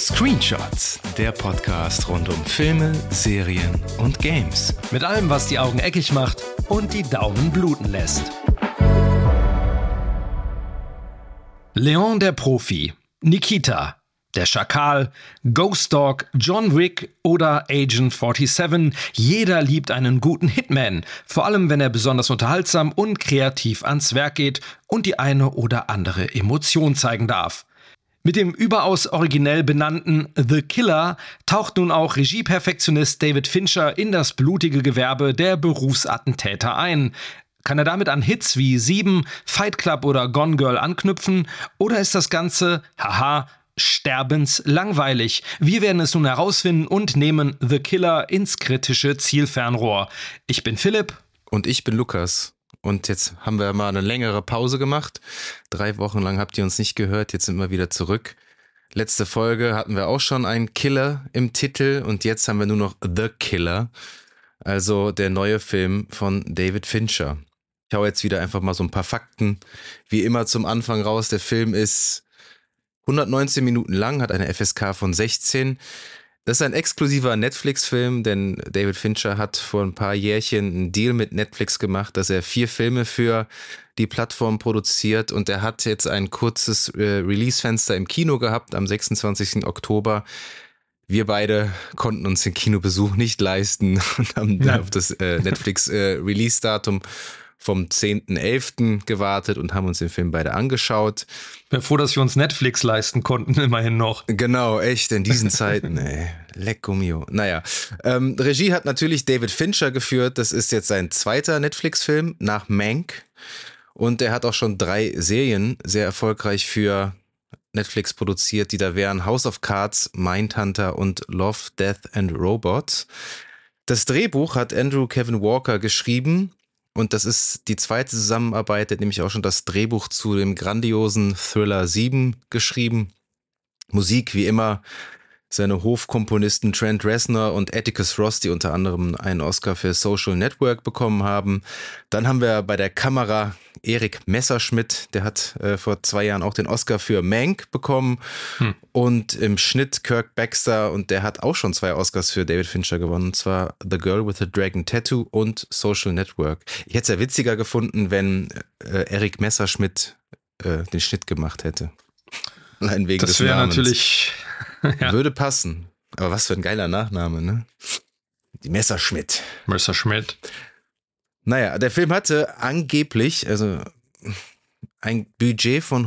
Screenshots, der Podcast rund um Filme, Serien und Games. Mit allem, was die Augen eckig macht und die Daumen bluten lässt. Leon der Profi, Nikita, der Schakal, Ghost Dog, John Wick oder Agent 47. Jeder liebt einen guten Hitman, vor allem wenn er besonders unterhaltsam und kreativ ans Werk geht und die eine oder andere Emotion zeigen darf. Mit dem überaus originell benannten The Killer taucht nun auch Regieperfektionist David Fincher in das blutige Gewerbe der Berufsattentäter ein. Kann er damit an Hits wie 7, Fight Club oder Gone Girl anknüpfen? Oder ist das Ganze, sterbenslangweilig? Wir werden es nun herausfinden und nehmen The Killer ins kritische Zielfernrohr. Ich bin Philipp. Und ich bin Lukas. Und jetzt haben wir mal eine längere Pause gemacht. 3 Wochen lang habt ihr uns nicht gehört, jetzt sind wir wieder zurück. Letzte Folge hatten wir auch schon einen Killer im Titel und jetzt haben wir nur noch The Killer, also der neue Film von David Fincher. Ich hau jetzt wieder einfach mal so ein paar Fakten, wie immer zum Anfang raus. Der Film ist 119 Minuten lang, hat eine FSK von 16. Das ist ein exklusiver Netflix-Film, denn David Fincher hat vor ein paar Jährchen einen Deal mit Netflix gemacht, dass er 4 Filme für die Plattform produziert und er hat jetzt ein kurzes Release-Fenster im Kino gehabt am 26. Oktober. Wir beide konnten uns den Kinobesuch nicht leisten und haben auf das Netflix-Release-Datum vom 10.11. gewartet und haben uns den Film beide angeschaut. Ich bin froh, dass wir uns Netflix leisten konnten, immerhin noch. Genau, echt, in diesen Zeiten, ey. Lecco mio. Naja, Regie hat natürlich David Fincher geführt. Das ist jetzt sein zweiter Netflix-Film nach Mank. Und er hat auch schon 3 Serien sehr erfolgreich für Netflix produziert, die da wären House of Cards, Mindhunter und Love, Death and Robots. Das Drehbuch hat Andrew Kevin Walker geschrieben. Und das ist die zweite Zusammenarbeit, der hat nämlich auch schon das Drehbuch zu dem grandiosen Thriller 7 geschrieben. Musik wie immer seine Hofkomponisten Trent Reznor und Atticus Ross, die unter anderem einen Oscar für Social Network bekommen haben. Dann haben wir bei der Kamera Erik Messerschmidt, der hat vor 2 Jahren auch den Oscar für Mank bekommen. Und im Schnitt Kirk Baxter und der hat auch schon 2 Oscars für David Fincher gewonnen, und zwar The Girl with the Dragon Tattoo und Social Network. Ich hätte es ja witziger gefunden, wenn Erik Messerschmidt den Schnitt gemacht hätte. Allein wegen des Namens. Das wäre natürlich... Ja. Würde passen. Aber was für ein geiler Nachname, ne? Die Messerschmidt. Messerschmidt. Naja, der Film hatte angeblich ein Budget von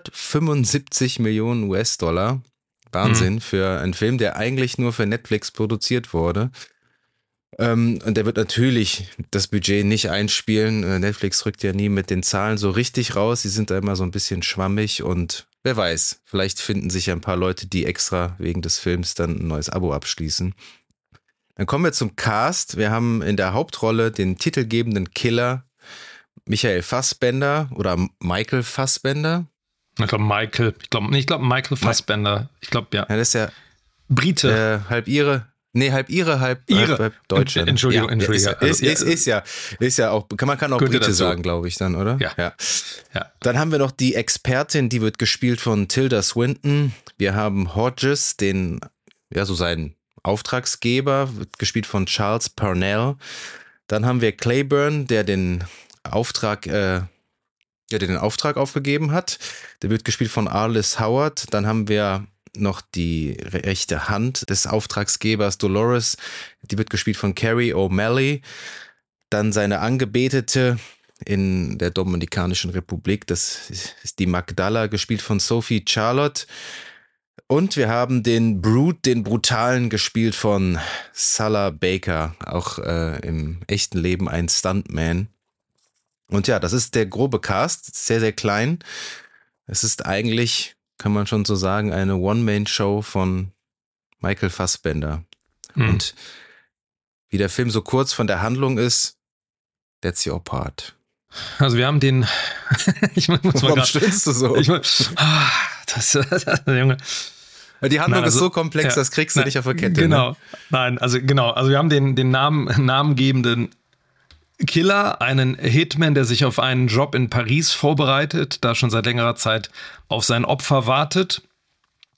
175 Millionen US-Dollar. Wahnsinn für einen Film, der eigentlich nur für Netflix produziert wurde. Und der wird natürlich das Budget nicht einspielen. Netflix rückt ja nie mit den Zahlen so richtig raus. Sie sind da immer so ein bisschen schwammig und wer weiß, vielleicht finden sich ein paar Leute, die extra wegen des Films dann ein neues Abo abschließen. Dann kommen wir zum Cast. Wir haben in der Hauptrolle den titelgebenden Killer Michael Fassbender oder Michael Fassbender. Ich glaube Michael Fassbender. Ich glaube, ja. Ja, das ist ja Brite. Halb Ire. Nee, halb Ire, halb Deutsche. Entschuldigung. Ist ja auch, man kann auch Brite dazu sagen, glaube ich dann, oder? Ja. Dann haben wir noch die Expertin, die wird gespielt von Tilda Swinton. Wir haben Hodges, seinen Auftragsgeber, wird gespielt von Charles Parnell. Dann haben wir Claiborne, der den Auftrag aufgegeben hat. Der wird gespielt von Arliss Howard. Dann haben wir noch die rechte Hand des Auftragsgebers Dolores, die wird gespielt von Carrie O'Malley. Dann seine Angebetete in der Dominikanischen Republik, das ist die Magdala, gespielt von Sophie Charlotte. Und wir haben den Brute, den Brutalen, gespielt von Salah Baker, auch im echten Leben ein Stuntman. Und ja, das ist der grobe Cast, sehr, sehr klein. Es ist eigentlich, kann man schon so sagen, eine One-Man-Show von Michael Fassbender. Und wie der Film so kurz von der Handlung ist, that's your part. Also wir haben den... Warum stöhnst du so? Junge. Die Handlung ist so komplex, das kriegst du nicht auf der Kette. Genau. Ne? Also wir haben den namengebenden Killer, einen Hitman, der sich auf einen Job in Paris vorbereitet, da schon seit längerer Zeit auf sein Opfer wartet.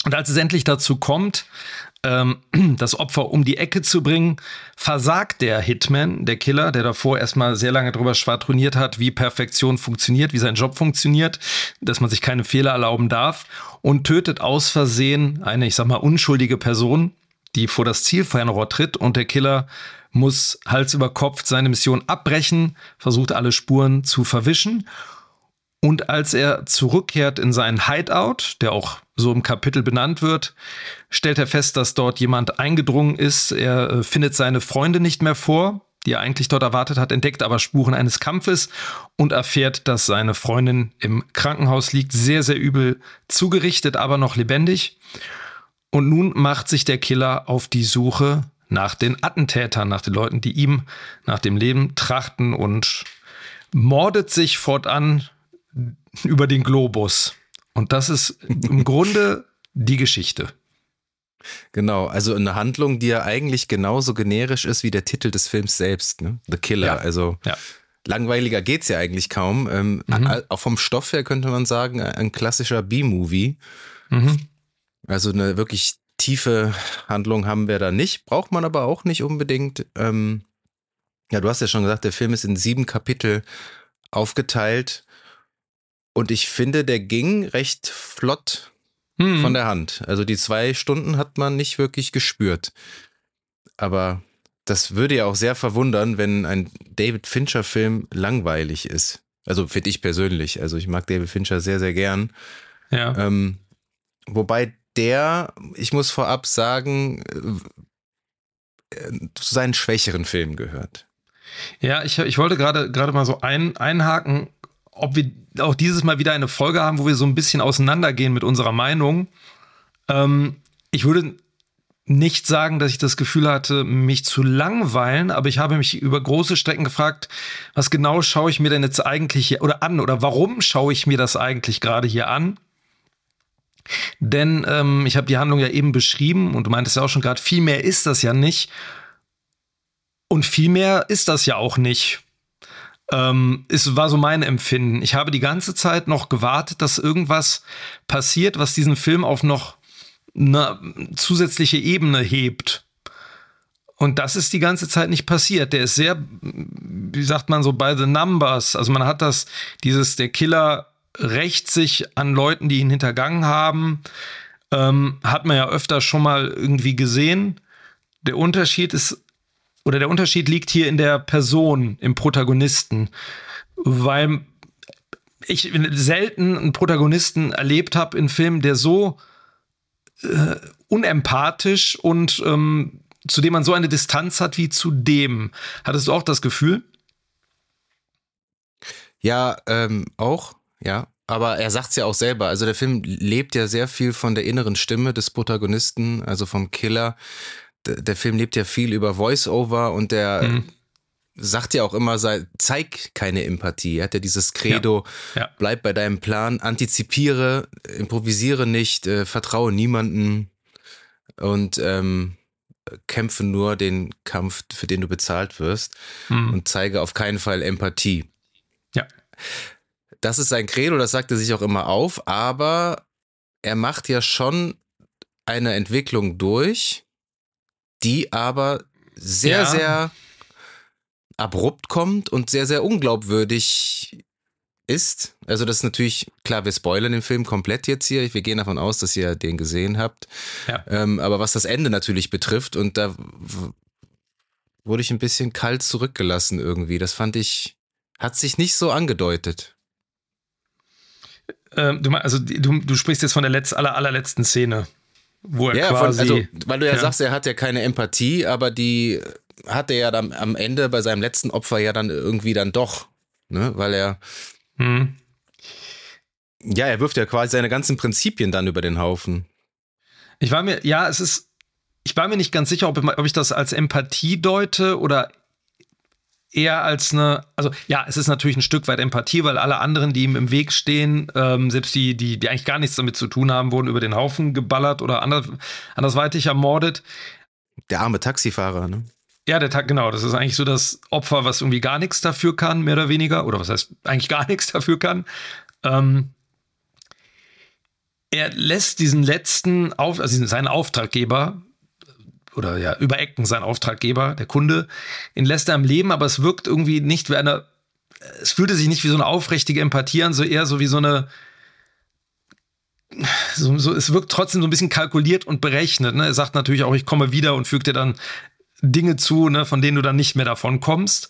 Und als es endlich dazu kommt, das Opfer um die Ecke zu bringen, versagt der Hitman, der Killer, der davor erstmal sehr lange drüber schwadroniert hat, wie Perfektion funktioniert, wie sein Job funktioniert, dass man sich keine Fehler erlauben darf, und tötet aus Versehen eine, ich sag mal, unschuldige Person, die vor das Zielfernrohr tritt, und der Killer muss Hals über Kopf seine Mission abbrechen, versucht alle Spuren zu verwischen. Und als er zurückkehrt in seinen Hideout, der auch so im Kapitel benannt wird, stellt er fest, dass dort jemand eingedrungen ist. Er findet seine Freunde nicht mehr vor, die er eigentlich dort erwartet hat, entdeckt aber Spuren eines Kampfes und erfährt, dass seine Freundin im Krankenhaus liegt, sehr, sehr übel zugerichtet, aber noch lebendig. Und nun macht sich der Killer auf die Suche nach den Attentätern, nach den Leuten, die ihm nach dem Leben trachten, und mordet sich fortan über den Globus. Und das ist im Grunde die Geschichte. Genau, also eine Handlung, die ja eigentlich genauso generisch ist wie der Titel des Films selbst, ne? The Killer. Ja. Also langweiliger geht's ja eigentlich kaum. Auch vom Stoff her könnte man sagen, ein klassischer B-Movie. Also eine wirklich tiefe Handlung haben wir da nicht, braucht man aber auch nicht unbedingt. Ja, du hast ja schon gesagt, der Film ist in 7 Kapitel aufgeteilt. Und ich finde, der ging recht flott von der Hand. Also die 2 Stunden hat man nicht wirklich gespürt. Aber das würde ja auch sehr verwundern, wenn ein David Fincher-Film langweilig ist. Also finde ich persönlich. Also ich mag David Fincher sehr, sehr gern. Ja. Wobei ich muss vorab sagen, zu seinen schwächeren Filmen gehört. Ja, ich wollte gerade mal so einhaken, ob wir auch dieses Mal wieder eine Folge haben, wo wir so ein bisschen auseinandergehen mit unserer Meinung. Ich würde nicht sagen, dass ich das Gefühl hatte, mich zu langweilen, aber ich habe mich über große Strecken gefragt, was genau schaue ich mir denn jetzt eigentlich hier an, oder warum schaue ich mir das eigentlich gerade hier an? Denn ich habe die Handlung ja eben beschrieben und du meintest ja auch schon gerade, viel mehr ist das ja nicht. Und viel mehr ist das ja auch nicht. Es war so mein Empfinden. Ich habe die ganze Zeit noch gewartet, dass irgendwas passiert, was diesen Film auf noch eine zusätzliche Ebene hebt. Und das ist die ganze Zeit nicht passiert. Der ist sehr, wie sagt man so, by the numbers. Also man hat der Killer rächt sich an Leuten, die ihn hintergangen haben. Hat man ja öfter schon mal irgendwie gesehen. Der Unterschied liegt hier in der Person, im Protagonisten. Weil ich selten einen Protagonisten erlebt habe in Filmen, der so unempathisch und zu dem man so eine Distanz hat wie zu dem. Hattest du auch das Gefühl? Ja, auch, ja. Aber er sagt es ja auch selber. Also der Film lebt ja sehr viel von der inneren Stimme des Protagonisten, also vom Killer. Der Film lebt ja viel über Voice-Over und der sagt ja auch immer, zeig keine Empathie. Er hat ja dieses Credo, bleib bei deinem Plan, antizipiere, improvisiere nicht, vertraue niemanden und kämpfe nur den Kampf, für den du bezahlt wirst und zeige auf keinen Fall Empathie. Ja. Das ist sein Credo, das sagt er sich auch immer auf, aber er macht ja schon eine Entwicklung durch, die aber sehr, sehr abrupt kommt und sehr, sehr unglaubwürdig ist. Also das ist natürlich, klar, wir spoilern den Film komplett jetzt hier. Wir gehen davon aus, dass ihr den gesehen habt. Ja. Aber was das Ende natürlich betrifft, und da wurde ich ein bisschen kalt zurückgelassen irgendwie. Das fand ich, hat sich nicht so angedeutet. Du sprichst jetzt von der allerletzten Szene, wo er quasi... weil du sagst, er hat ja keine Empathie, aber die hat er ja dann am Ende bei seinem letzten Opfer ja dann irgendwie dann doch, ne? Weil er er wirft ja quasi seine ganzen Prinzipien dann über den Haufen. Ich war mir nicht ganz sicher, ob ich das als Empathie deute oder eher als es ist natürlich ein Stück weit Empathie, weil alle anderen, die ihm im Weg stehen, selbst die eigentlich gar nichts damit zu tun haben, wurden über den Haufen geballert oder andersweitig ermordet. Der arme Taxifahrer, ne? Ja, genau, das ist eigentlich so das Opfer, was irgendwie gar nichts dafür kann, mehr oder weniger, oder was heißt eigentlich gar nichts dafür kann. er lässt diesen letzten, also seinen Auftraggeber, oder ja, über Ecken sein Auftraggeber, der Kunde, ihn lässt er am Leben, aber es wirkt irgendwie nicht wie es fühlte sich nicht wie so eine aufrichtige Empathie an, so eher so wie so eine, es wirkt trotzdem so ein bisschen kalkuliert und berechnet. Ne? Er sagt natürlich auch, ich komme wieder und fügt dir dann Dinge zu, ne, von denen du dann nicht mehr davon kommst.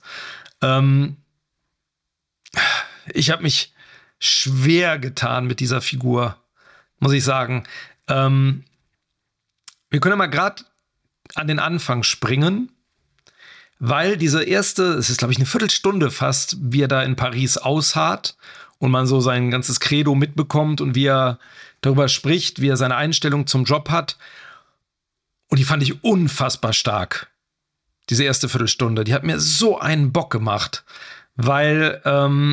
Ich habe mich schwer getan mit dieser Figur, muss ich sagen. Wir können ja mal gerade an den Anfang springen, weil diese erste, es ist glaube ich eine Viertelstunde fast, wie er da in Paris ausharrt und man so sein ganzes Credo mitbekommt und wie er darüber spricht, wie er seine Einstellung zum Job hat. Und die fand ich unfassbar stark. Diese erste Viertelstunde, die hat mir so einen Bock gemacht, weil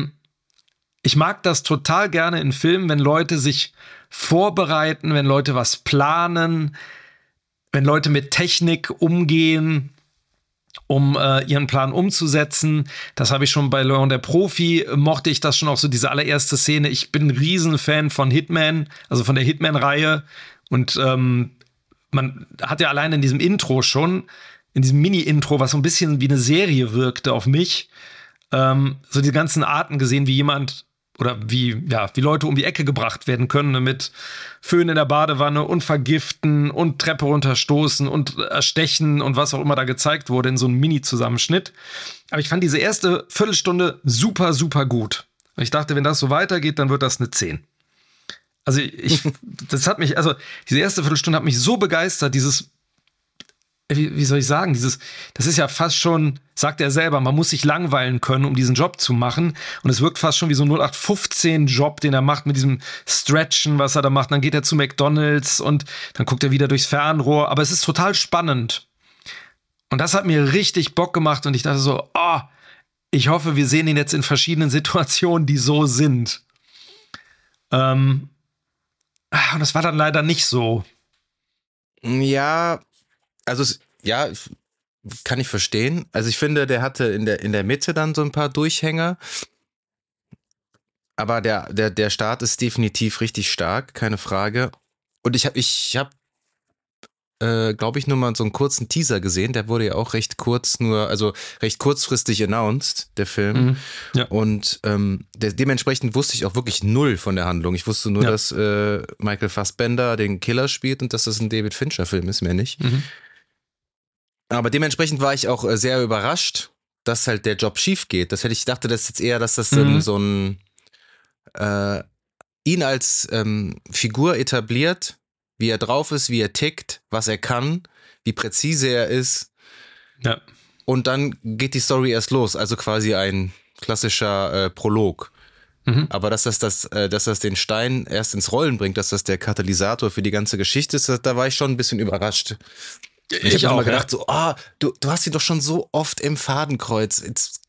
ich mag das total gerne in Filmen, wenn Leute sich vorbereiten, wenn Leute was planen, wenn Leute mit Technik umgehen, um ihren Plan umzusetzen. Das habe ich schon bei Leon der Profi, mochte ich das schon auch so, diese allererste Szene. Ich bin ein Riesenfan von Hitman, also von der Hitman-Reihe. Und man hat ja allein in diesem Intro schon, in diesem Mini-Intro, was so ein bisschen wie eine Serie wirkte auf mich, so die ganzen Arten gesehen, wie jemand oder wie Leute um die Ecke gebracht werden können, ne, mit Föhn in der Badewanne und vergiften und Treppe runterstoßen und erstechen und was auch immer da gezeigt wurde in so einem Mini-Zusammenschnitt. Aber ich fand diese erste Viertelstunde super, super gut. Und ich dachte, wenn das so weitergeht, dann wird das eine 10. Also das hat mich, also diese erste Viertelstunde hat mich so begeistert, dieses, wie soll ich sagen, das ist ja fast schon, sagt er selber, man muss sich langweilen können, um diesen Job zu machen. Und es wirkt fast schon wie so ein 0815-Job, den er macht mit diesem Stretchen, was er da macht. Dann geht er zu McDonald's und dann guckt er wieder durchs Fernrohr. Aber es ist total spannend. Und das hat mir richtig Bock gemacht. Und ich dachte so, ich hoffe, wir sehen ihn jetzt in verschiedenen Situationen, die so sind. Und das war dann leider nicht so. Ja, also kann ich verstehen. Also ich finde, der hatte in der Mitte dann so ein paar Durchhänger. Aber der Start ist definitiv richtig stark, keine Frage. Und ich habe glaube ich, nur mal so einen kurzen Teaser gesehen. Der wurde ja auch recht kurzfristig announced, der Film. Mhm. Ja. Und dementsprechend wusste ich auch wirklich null von der Handlung. Ich wusste nur, dass Michael Fassbender den Killer spielt und dass das ein David Fincher-Film ist, mehr nicht. Mhm. Aber dementsprechend war ich auch sehr überrascht, dass halt der Job schief geht. Ich dachte das jetzt eher, dass das so ein ihn als Figur etabliert, wie er drauf ist, wie er tickt, was er kann, wie präzise er ist. Ja. Und dann geht die Story erst los, also quasi ein klassischer Prolog. Mhm. Aber dass das den Stein erst ins Rollen bringt, dass das der Katalysator für die ganze Geschichte ist, da war ich schon ein bisschen überrascht. Ich habe mal gedacht, so, du hast ihn doch schon so oft im Fadenkreuz. Jetzt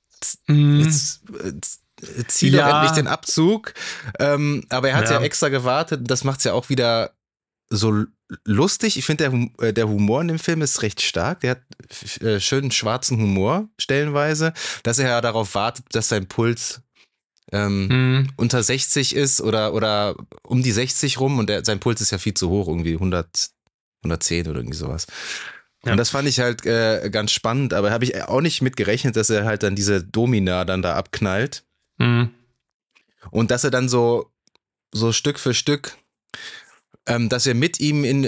zieh doch endlich den Abzug. Aber er hat ja extra gewartet. Das macht's ja auch wieder so lustig. Ich finde, der Humor in dem Film ist recht stark. Der hat schönen schwarzen Humor stellenweise, dass er ja darauf wartet, dass sein Puls unter 60 ist oder um die 60 rum und sein Puls ist ja viel zu hoch, irgendwie 110 oder irgendwie sowas. Ja. Und das fand ich halt ganz spannend, aber habe ich auch nicht mit gerechnet, dass er halt dann diese Domina dann da abknallt. Mhm. Und dass er dann so Stück für Stück, dass wir mit ihm in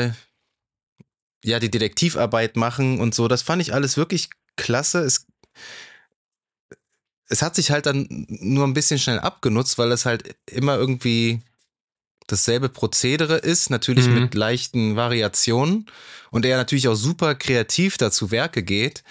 die Detektivarbeit machen und so, das fand ich alles wirklich klasse. Es hat sich halt dann nur ein bisschen schnell abgenutzt, weil es halt immer irgendwie dasselbe Prozedere ist, natürlich mit leichten Variationen und er natürlich auch super kreativ dazu Werke geht.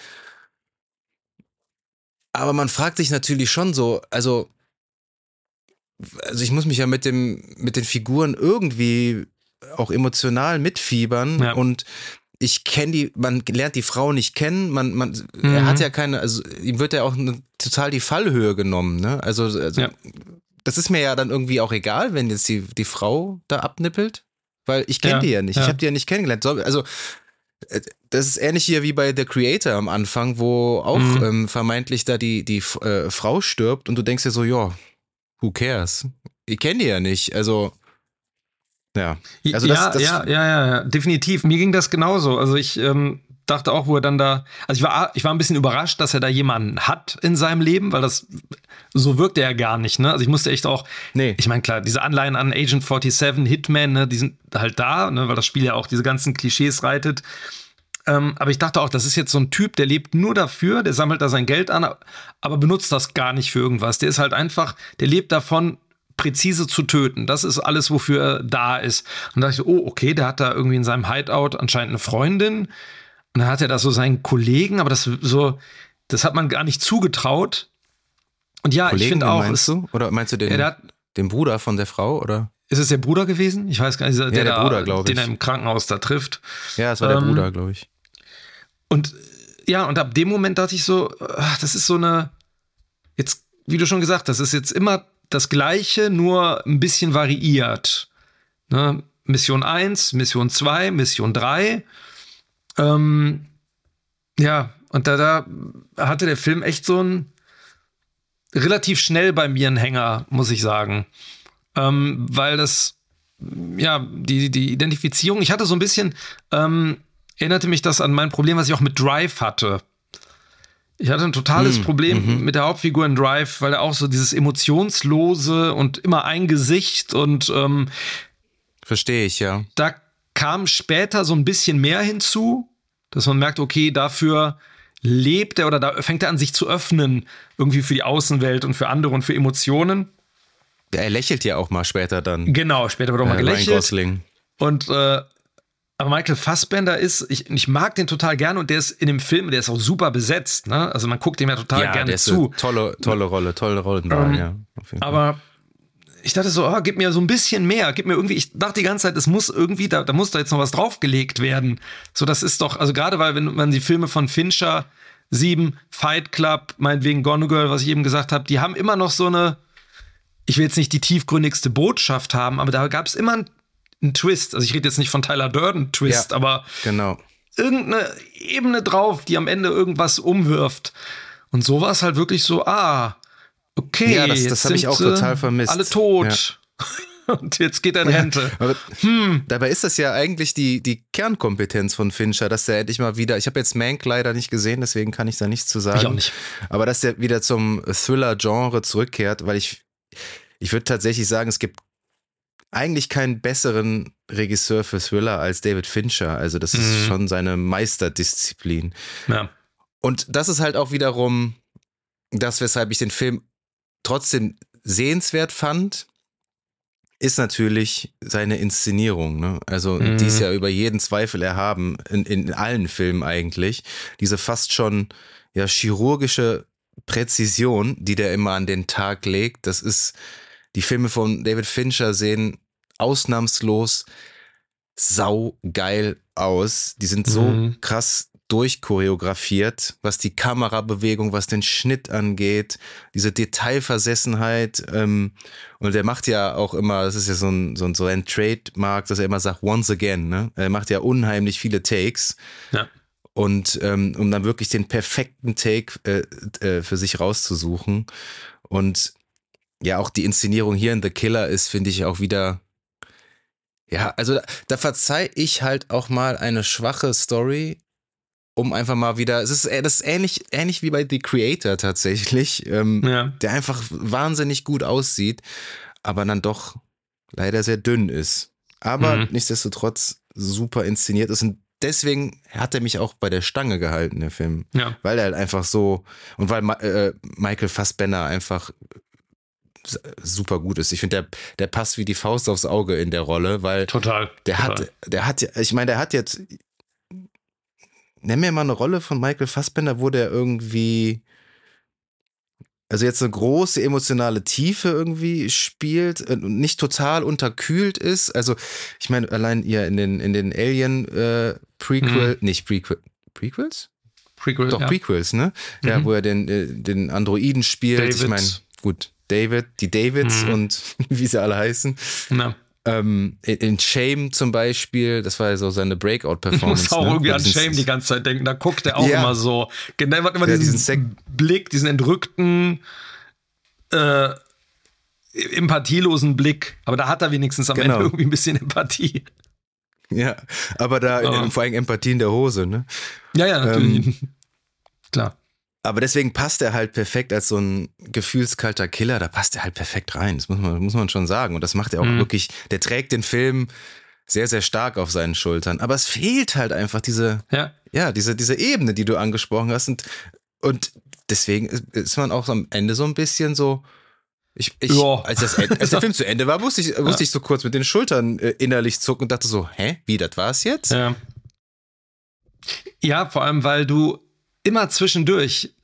Aber man fragt sich natürlich schon so, also ich muss mich ja mit den Figuren irgendwie auch emotional mitfiebern und man lernt die Frau nicht kennen, er hat ja keine, also ihm wird ja auch total die Fallhöhe genommen, ne? Also das ist mir ja dann irgendwie auch egal, wenn jetzt die Frau da abnippelt, weil ich kenne die ja nicht, ich habe die ja nicht kennengelernt. Also das ist ähnlich hier wie bei The Creator am Anfang, wo auch vermeintlich da die Frau stirbt und du denkst dir so, ja, who cares? Ich kenne die ja nicht, also Ja. Also ja, definitiv. Mir ging das genauso. Also ich dachte auch, wo er dann da, also ich war ein bisschen überrascht, dass er da jemanden hat in seinem Leben, weil das, so wirkte er gar nicht, ne? Also ich musste echt auch, ich meine, klar, diese Anleihen an Agent 47, Hitman, ne, die sind halt da, ne, weil das Spiel ja auch diese ganzen Klischees reitet. Aber ich dachte auch, das ist jetzt so ein Typ, der lebt nur dafür, der sammelt da sein Geld an, aber benutzt das gar nicht für irgendwas. Der ist halt einfach, der lebt davon, präzise zu töten. Das ist alles, wofür er da ist. Und da dachte ich so, oh, okay, der hat da irgendwie in seinem Hideout anscheinend eine Freundin. Und dann hat er da so seinen Kollegen, aber das hat man gar nicht zugetraut. Und ja, Kollegen, ich finde auch. Meinst du? Oder meinst du den Bruder von der Frau? Oder? Ist es der Bruder gewesen? Ich weiß gar nicht, der Bruder, glaube ich. Den er im Krankenhaus da trifft. Ja, es war der Bruder, glaube ich. Und ja, und ab dem Moment dachte ich so, das ist so eine, jetzt, wie du schon gesagt hast, das ist jetzt immer das Gleiche, nur ein bisschen variiert. Ne? Mission 1, Mission 2, Mission 3. Ja, und da hatte der Film echt so ein relativ schnell bei mir einen Hänger, muss ich sagen. Weil das, ja, die Identifizierung, ich hatte so ein bisschen, erinnerte mich das an mein Problem, was ich auch mit Drive hatte. Ich hatte ein totales Problem mit der Hauptfigur in Drive, weil er auch so dieses emotionslose und immer ein Gesicht und verstehe ich, ja. Da kam später so ein bisschen mehr hinzu, dass man merkt, okay, dafür lebt er oder da fängt er an, sich zu öffnen, irgendwie für die Außenwelt und für andere und für Emotionen. Ja, er lächelt ja auch mal später dann. Genau, später wird auch mal gelächelt. Ryan Gosling. Und aber Michael Fassbender ich mag den total gerne und der ist in dem Film, der ist auch super besetzt, ne? Also man guckt dem ja total gerne zu. Tolle Rolle, tolle Rollenwahl, ja. Aber ich dachte so, gib mir so ein bisschen mehr, gib mir irgendwie, ich dachte die ganze Zeit, es muss irgendwie, da muss da jetzt noch was draufgelegt werden. So, das ist doch, also gerade weil, wenn man die Filme von Fincher, 7, Fight Club, meinetwegen Gone Girl, was ich eben gesagt habe, die haben immer noch so eine, ich will jetzt nicht die tiefgründigste Botschaft haben, aber da gab es immer einen Twist. Also ich rede jetzt nicht von Tyler Durden Twist, aber genau. Irgendeine Ebene drauf, die am Ende irgendwas umwirft. Und so war es halt wirklich so, okay, ja, das habe ich auch total vermisst. Alle tot. Ja. Und jetzt geht er in Rente. Aber dabei ist das ja eigentlich die Kernkompetenz von Fincher, dass der endlich mal wieder, ich habe jetzt Mank leider nicht gesehen, deswegen kann ich da nichts zu sagen. Ich auch nicht. Aber dass der wieder zum Thriller-Genre zurückkehrt, weil ich würde tatsächlich sagen, es gibt eigentlich keinen besseren Regisseur für Thriller als David Fincher. Also das ist schon seine Meisterdisziplin. Ja. Und das ist halt auch wiederum das, weshalb ich den Film trotzdem sehenswert fand, ist natürlich seine Inszenierung. Ne? Also die ist ja über jeden Zweifel erhaben, in allen Filmen eigentlich. Diese fast schon chirurgische Präzision, die der immer an den Tag legt, das ist, die Filme von David Fincher sehen ausnahmslos saugeil aus. Die sind so krass durchchoreografiert, was die Kamerabewegung, was den Schnitt angeht, diese Detailversessenheit. Und der macht ja auch immer, das ist ja so ein Trademark, dass er immer sagt, once again. Ne? Er macht ja unheimlich viele Takes. Ja. Und um dann wirklich den perfekten Take für sich rauszusuchen. Und ja, auch die Inszenierung hier in The Killer ist, finde ich, auch wieder, ja, also da verzeih ich halt auch mal eine schwache Story, um einfach mal wieder, das ist ähnlich wie bei The Creator tatsächlich, der einfach wahnsinnig gut aussieht, aber dann doch leider sehr dünn ist. Aber nichtsdestotrotz super inszeniert ist und deswegen hat er mich auch bei der Stange gehalten, der Film. Ja. Weil er halt einfach so, und weil Michael Fassbender einfach super gut ist. Ich finde, der passt wie die Faust aufs Auge in der Rolle, weil der hat jetzt, nenn mir mal eine Rolle von Michael Fassbender, wo der irgendwie, also jetzt eine große emotionale Tiefe irgendwie spielt und nicht total unterkühlt ist. Also ich meine, allein hier in den Alien Prequels? Doch, ja. Prequels, ne? Ja, wo er den Androiden spielt. David. Ich meine, gut, die Davids und wie sie alle heißen. Ja. In Shame zum Beispiel, das war ja so seine Breakout-Performance. Ich muss auch irgendwie an Shame die ganze Zeit denken, da guckt er auch immer so. Genau, hat immer diesen Blick, diesen entrückten, empathielosen Blick. Aber da hat er wenigstens am Ende irgendwie ein bisschen Empathie. Ja, aber da vor allem Empathie in der Hose, ne? Ja, natürlich. Klar. Aber deswegen passt er halt perfekt als so ein gefühlskalter Killer, da passt er halt perfekt rein. Das muss man schon sagen. Und das macht er auch wirklich, der trägt den Film sehr, sehr stark auf seinen Schultern. Aber es fehlt halt einfach diese Ebene, die du angesprochen hast. Und deswegen ist man auch am Ende so ein bisschen so, als der Film zu Ende war, musste ich so kurz mit den Schultern innerlich zucken und dachte so, wie, das war's jetzt? Ja, vor allem, weil du immer zwischendurch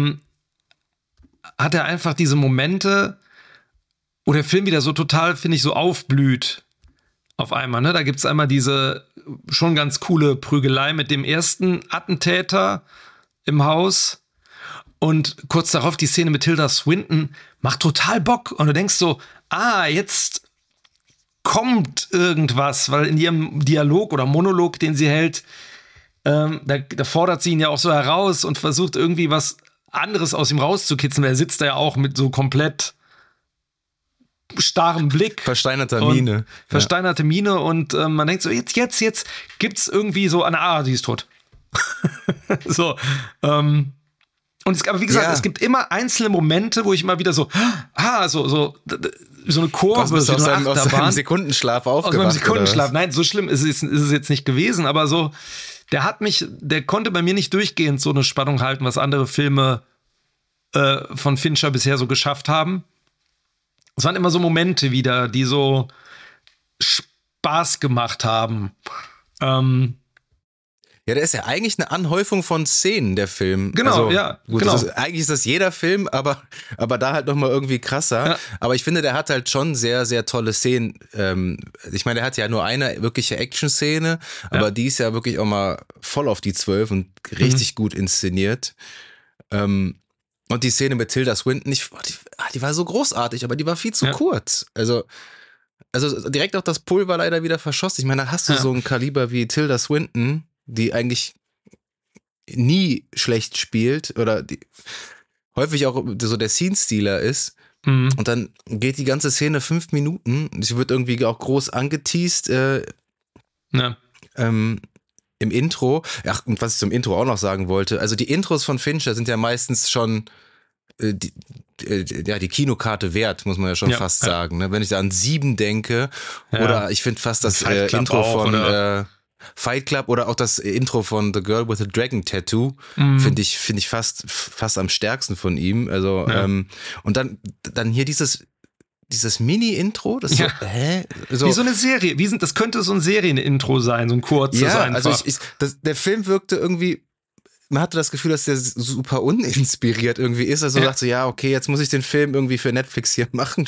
hat er einfach diese Momente, wo der Film wieder so total, finde ich, so aufblüht auf einmal. Ne? Da gibt es einmal diese schon ganz coole Prügelei mit dem ersten Attentäter im Haus und kurz darauf die Szene mit Tilda Swinton macht total Bock und du denkst so, jetzt kommt irgendwas, weil in ihrem Dialog oder Monolog, den sie hält, da fordert sie ihn ja auch so heraus und versucht irgendwie was anderes aus ihm rauszukitzeln. Er sitzt da ja auch mit so komplett starrem Blick. Versteinerte Miene. Versteinerte Miene und man denkt so, jetzt gibt's irgendwie so sie ist tot. So, aber wie gesagt, es gibt immer einzelne Momente, wo ich immer wieder so eine Kurve, aus seinem Sekundenschlaf aufgewacht. Aus meinem Sekundenschlaf. Nein, so schlimm ist es jetzt nicht gewesen, aber so, der konnte bei mir nicht durchgehend so eine Spannung halten, was andere Filme von Fincher bisher so geschafft haben. Es waren immer so Momente wieder, die so Spaß gemacht haben. Ja, der ist ja eigentlich eine Anhäufung von Szenen, der Film. Genau, Gut, genau. Eigentlich ist das jeder Film, aber da halt nochmal irgendwie krasser. Ja. Aber ich finde, der hat halt schon sehr, sehr tolle Szenen. Ich meine, der hat ja nur eine wirkliche Action-Szene, aber die ist ja wirklich auch mal voll auf die 12 und richtig gut inszeniert. Und die Szene mit Tilda Swinton, die war so großartig, aber die war viel zu kurz. Also direkt auch das Pulver leider wieder verschossen. Ich meine, da hast du so ein Kaliber wie Tilda Swinton, die eigentlich nie schlecht spielt oder die häufig auch so der Scene-Stealer ist. Und dann geht die ganze Szene 5 Minuten. Sie wird irgendwie auch groß angeteased im Intro. Ach, und was ich zum Intro auch noch sagen wollte, also die Intros von Fincher sind ja meistens schon die Kinokarte wert, muss man ja schon fast sagen. Ne? Wenn ich da an 7 denke oder ich finde fast das Intro von Fight Club oder auch das Intro von The Girl with the Dragon Tattoo finde ich fast am stärksten von ihm. Also und dann hier dieses Mini-Intro, das so, wie so eine Serie, das könnte so ein Serien-Intro sein, so ein kurzes einfach. Also der Film wirkte irgendwie, man hatte das Gefühl, dass der super uninspiriert irgendwie ist. Also dachte so, okay, jetzt muss ich den Film irgendwie für Netflix hier machen.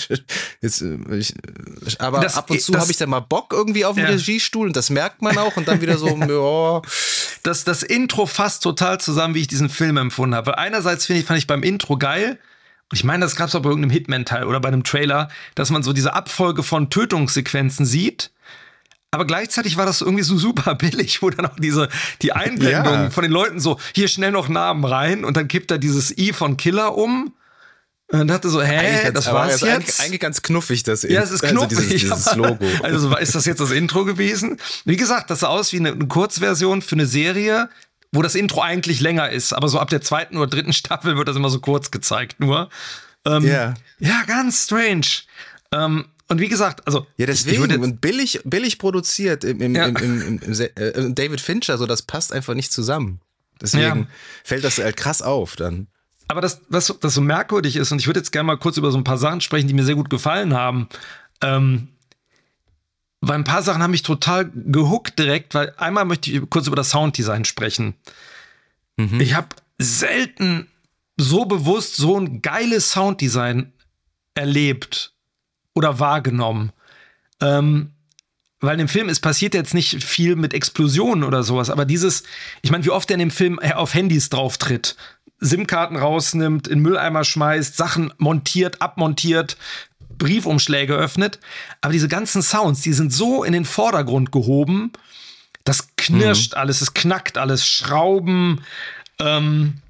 Aber ab und zu habe ich dann mal Bock irgendwie auf den Regiestuhl und das merkt man auch und dann wieder so, Das Intro fasst total zusammen, wie ich diesen Film empfunden habe. Weil einerseits fand ich beim Intro geil, und ich meine, das gab es auch bei irgendeinem Hitman-Teil oder bei einem Trailer, dass man so diese Abfolge von Tötungssequenzen sieht. Aber gleichzeitig war das irgendwie so super billig, wo dann auch die Einblendung von den Leuten so, hier schnell noch Namen rein und dann kippt er dieses I von Killer um und dachte so, das war's jetzt? Eigentlich ganz knuffig, das Ja, es ist knuffig. Also dieses Logo. Also ist das jetzt das Intro gewesen? Wie gesagt, das sah aus wie eine Kurzversion für eine Serie, wo das Intro eigentlich länger ist, aber so ab der 2. oder 3. Staffel wird das immer so kurz gezeigt nur. Ja, ganz strange. Und wie gesagt, also deswegen und billig produziert im David Fincher, so das passt einfach nicht zusammen. Deswegen fällt das halt krass auf dann. Aber das so merkwürdig ist, und ich würde jetzt gerne mal kurz über so ein paar Sachen sprechen, die mir sehr gut gefallen haben. Weil ein paar Sachen haben mich total gehuckt direkt, weil einmal möchte ich kurz über das Sounddesign sprechen. Ich habe selten so bewusst so ein geiles Sounddesign erlebt oder wahrgenommen. Weil in dem Film, es passiert jetzt nicht viel mit Explosionen oder sowas, aber ich meine, wie oft er in dem Film auf Handys drauf tritt, SIM-Karten rausnimmt, in Mülleimer schmeißt, Sachen montiert, abmontiert, Briefumschläge öffnet. Aber diese ganzen Sounds, die sind so in den Vordergrund gehoben, das knirscht alles, es knackt alles, Schrauben,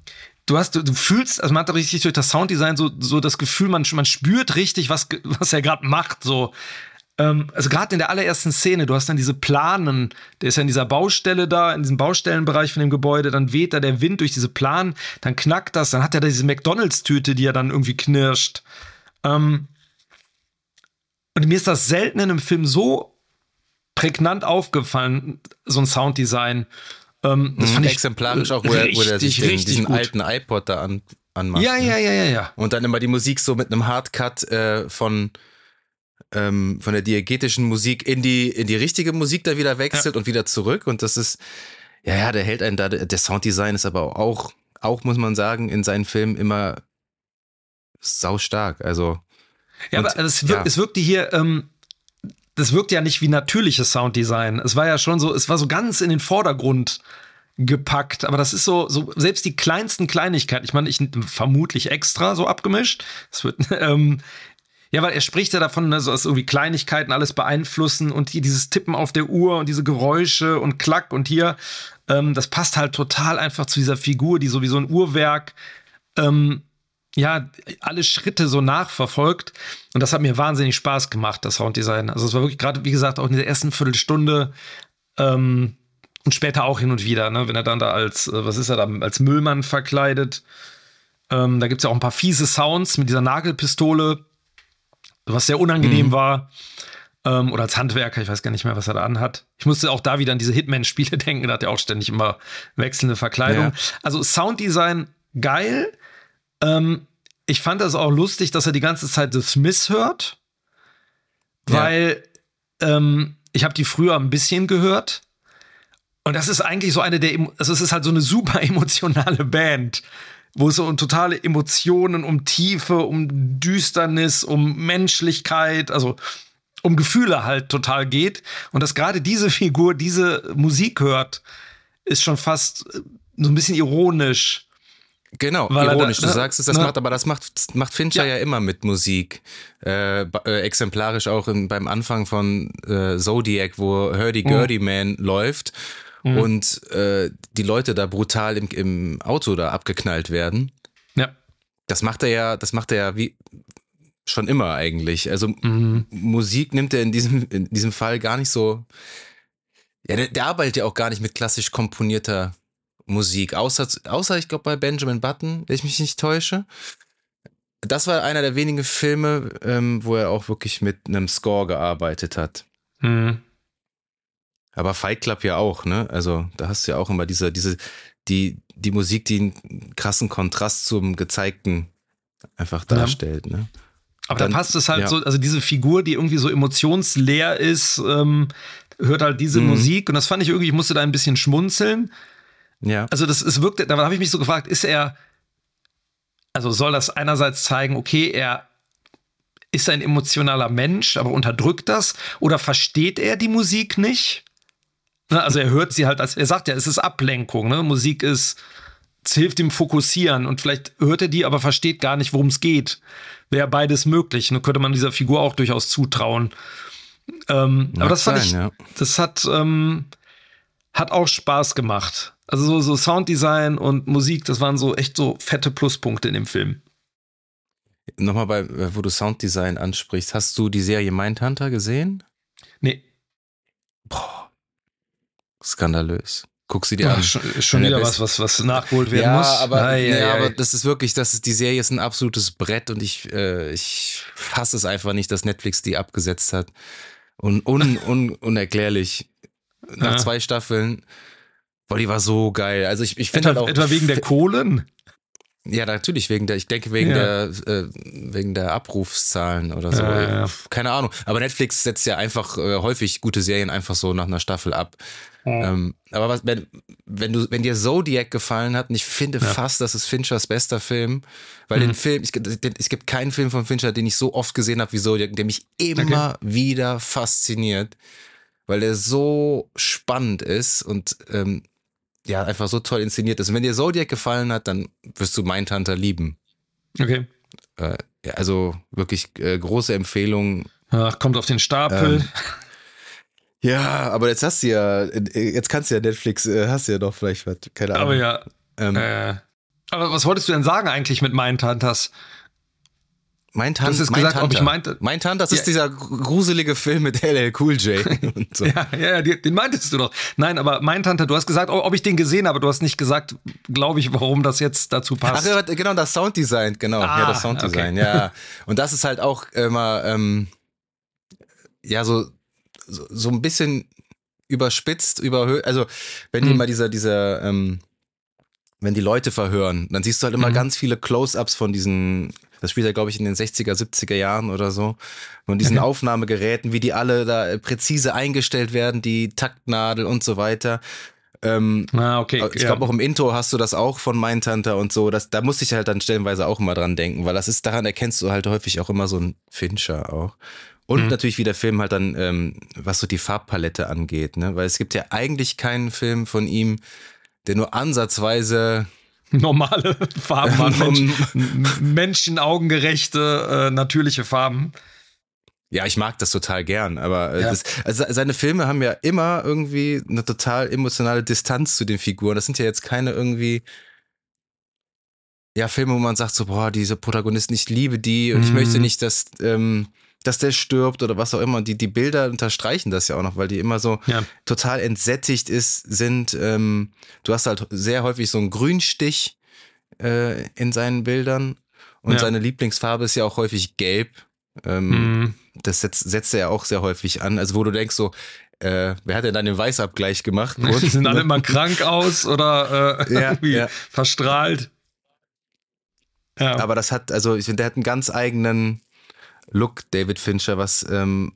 du fühlst, also man hat richtig durch das Sounddesign so das Gefühl, man spürt richtig, was er gerade macht, so. Also gerade in der allerersten Szene, du hast dann diese Planen, der ist ja in dieser Baustelle da, in diesem Baustellenbereich von dem Gebäude, dann weht da der Wind durch diese Planen, dann knackt das, dann hat er da diese McDonalds-Tüte, die ja dann irgendwie knirscht. Und mir ist das selten in einem Film so prägnant aufgefallen, so ein Sounddesign. Das fand ich exemplarisch auch, wo er sich diesen gut. alten iPod da anmacht. Ja. Und dann immer die Musik so mit einem Hardcut von der diegetischen Musik in die richtige Musik da wieder wechselt und wieder zurück. Und das ist, der hält einen da, der Sounddesign ist aber auch, muss man sagen, in seinen Filmen immer saustark. Also. Ja, aber es wirkte hier, das wirkt ja nicht wie natürliches Sounddesign. Es war ja schon so, es war so ganz in den Vordergrund gepackt, aber das ist so selbst die kleinsten Kleinigkeiten, ich meine, vermutlich extra so abgemischt. Es wird, ja, weil er spricht ja davon, ne, so dass irgendwie Kleinigkeiten alles beeinflussen und dieses Tippen auf der Uhr und diese Geräusche und Klack und hier, das passt halt total einfach zu dieser Figur, die so wie so ein Uhrwerk alle Schritte so nachverfolgt. Und das hat mir wahnsinnig Spaß gemacht, das Sounddesign. Also es war wirklich gerade, wie gesagt, auch in der ersten Viertelstunde und später auch hin und wieder, ne, wenn er dann da als Müllmann verkleidet. Da gibt es ja auch ein paar fiese Sounds mit dieser Nagelpistole, was sehr unangenehm war. Oder als Handwerker, ich weiß gar nicht mehr, was er da anhat. Ich musste auch da wieder an diese Hitman-Spiele denken, da hat er auch ständig immer wechselnde Verkleidung. Ja. Also Sounddesign geil. Ich fand das auch lustig, dass er die ganze Zeit The Smiths hört, weil ich habe die früher ein bisschen gehört und das ist eigentlich so es ist halt so eine super emotionale Band, wo es so um totale Emotionen, um Tiefe, um Düsternis, um Menschlichkeit, also um Gefühle halt total geht und dass gerade diese Figur diese Musik hört, ist schon fast so ein bisschen ironisch. Genau, ironisch, du sagst es, das macht Fincher ja immer mit Musik. Exemplarisch auch beim Anfang von Zodiac, wo Hurdy-Gurdy Man läuft und die Leute da brutal im Auto da abgeknallt werden. Ja. Das macht er ja wie schon immer eigentlich. Also Musik nimmt er in diesem Fall gar nicht so. Ja, der arbeitet ja auch gar nicht mit klassisch komponierter Musik, außer ich glaube bei Benjamin Button, wenn ich mich nicht täusche. Das war einer der wenigen Filme, wo er auch wirklich mit einem Score gearbeitet hat. Aber Fight Club ja auch, ne? Also da hast du ja auch immer die Musik, die einen krassen Kontrast zum Gezeigten einfach darstellt, ne? Aber dann, da passt es halt so, also diese Figur, die irgendwie so emotionsleer ist, hört halt diese Musik und das fand ich irgendwie, ich musste da ein bisschen schmunzeln. Ja. Also es wirkte, da habe ich mich so gefragt, soll das einerseits zeigen, okay, er ist ein emotionaler Mensch, aber unterdrückt das, oder versteht er die Musik nicht? Also er hört sie halt, er sagt ja, es ist Ablenkung, ne? Musik es hilft ihm fokussieren und vielleicht hört er die, aber versteht gar nicht, worum es geht. Wäre beides möglich, ne? Könnte man dieser Figur auch durchaus zutrauen. Aber das fand ich, das hat auch Spaß gemacht. Also so Sounddesign und Musik, das waren so echt so fette Pluspunkte in dem Film. Nochmal wo du Sounddesign ansprichst, hast du die Serie Mindhunter gesehen? Nee. Boah, skandalös. Guck sie dir an. Schon wieder was nachgeholt werden muss. Aber das ist wirklich, die Serie ist ein absolutes Brett und ich fasse es einfach nicht, dass Netflix die abgesetzt hat. Und unerklärlich. Nach 2 Staffeln. Boah, die war so geil. Also ich finde halt auch. Etwa wegen der Kohlen? Ja, natürlich, wegen der Abrufszahlen oder so. Ja. Keine Ahnung. Aber Netflix setzt ja einfach häufig gute Serien einfach so nach einer Staffel ab. Aber wenn dir Zodiac gefallen hat, und ich finde fast, das ist Finchers bester Film, weil den Film, es gibt keinen Film von Fincher, den ich so oft gesehen habe wie Zodiac, der mich immer wieder fasziniert, weil der so spannend ist und einfach so toll inszeniert ist. Und wenn dir Zodiac gefallen hat, dann wirst du Mindhunter lieben. Okay. Also wirklich große Empfehlung. Ach, kommt auf den Stapel. Ja, aber jetzt kannst du ja Netflix, hast du ja doch vielleicht was, keine Ahnung. Aber ja. Aber was wolltest du denn sagen eigentlich mit Mindhunters? Du hast jetzt gesagt, ob ich meinte. Mindhunters ist dieser gruselige Film mit LL Cool J und so. Ja, den meintest du doch. Nein, aber Mindhunter, du hast gesagt, ob ich den gesehen habe, du hast nicht gesagt, glaube ich, warum das jetzt dazu passt. Ach, genau, das Sounddesign, genau. Ja, das Sounddesign, okay. Ja. Und das ist halt auch immer, ja, so ein bisschen überspitzt, überhöht. Also, wenn die mal wenn die Leute verhören, dann siehst du halt immer ganz viele Close-Ups von diesen, das spielt ja, glaube ich, in den 60er, 70er Jahren oder so, von diesen Aufnahmegeräten, wie die alle da präzise eingestellt werden, die Taktnadel und so weiter. Okay. Ich glaube, auch im Intro hast du das auch von Mindhunter und so. Da musste ich halt dann stellenweise auch immer dran denken, weil daran erkennst du halt häufig auch immer so einen Fincher auch. Und natürlich, wie der Film halt dann, was so die Farbpalette angeht, ne? Weil es gibt ja eigentlich keinen Film von ihm, der nur ansatzweise normale Farben hat, menschenaugengerechte, natürliche Farben. Ja, ich mag das total gern, aber also seine Filme haben ja immer irgendwie eine total emotionale Distanz zu den Figuren. Das sind ja jetzt keine irgendwie Filme, wo man sagt so, boah, diese Protagonisten, ich liebe die und ich möchte nicht, dass der stirbt oder was auch immer. Und die Bilder unterstreichen das ja auch noch, weil die immer so total entsättigt sind. Du hast halt sehr häufig so einen Grünstich in seinen Bildern und seine Lieblingsfarbe ist ja auch häufig gelb. Das setzt er ja auch sehr häufig an. Also wo du denkst so, wer hat denn dann den Weißabgleich gemacht? Die sind alle immer krank aus oder irgendwie verstrahlt. Ja. Aber das hat, also ich finde, der hat einen ganz eigenen Look, David Fincher, was an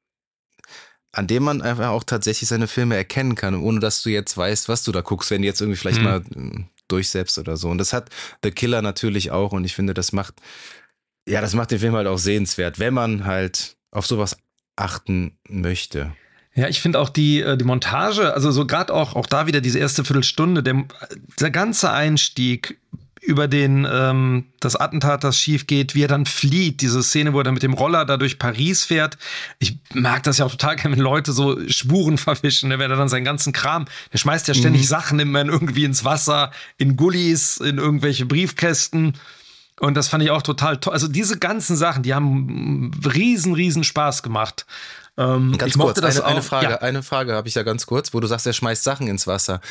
dem man einfach auch tatsächlich seine Filme erkennen kann, ohne dass du jetzt weißt, was du da guckst, wenn du jetzt irgendwie vielleicht mal durchsetzt oder so. Und das hat The Killer natürlich auch und ich finde, das macht den Film halt auch sehenswert, wenn man halt auf sowas achten möchte. Ja, ich finde auch die Montage, also so gerade auch da wieder diese erste Viertelstunde, der ganze Einstieg über das Attentat, das schief geht, wie er dann flieht, diese Szene, wo er dann mit dem Roller da durch Paris fährt. Ich mag das ja auch total gerne, wenn Leute so Spuren verwischen, der dann seinen ganzen Kram, der schmeißt ja ständig Sachen immer irgendwie ins Wasser, in Gullis, in irgendwelche Briefkästen. Und das fand ich auch total toll. Also diese ganzen Sachen, die haben riesen Spaß gemacht. Ganz kurz, eine Frage habe ich da ganz kurz, wo du sagst, er schmeißt Sachen ins Wasser.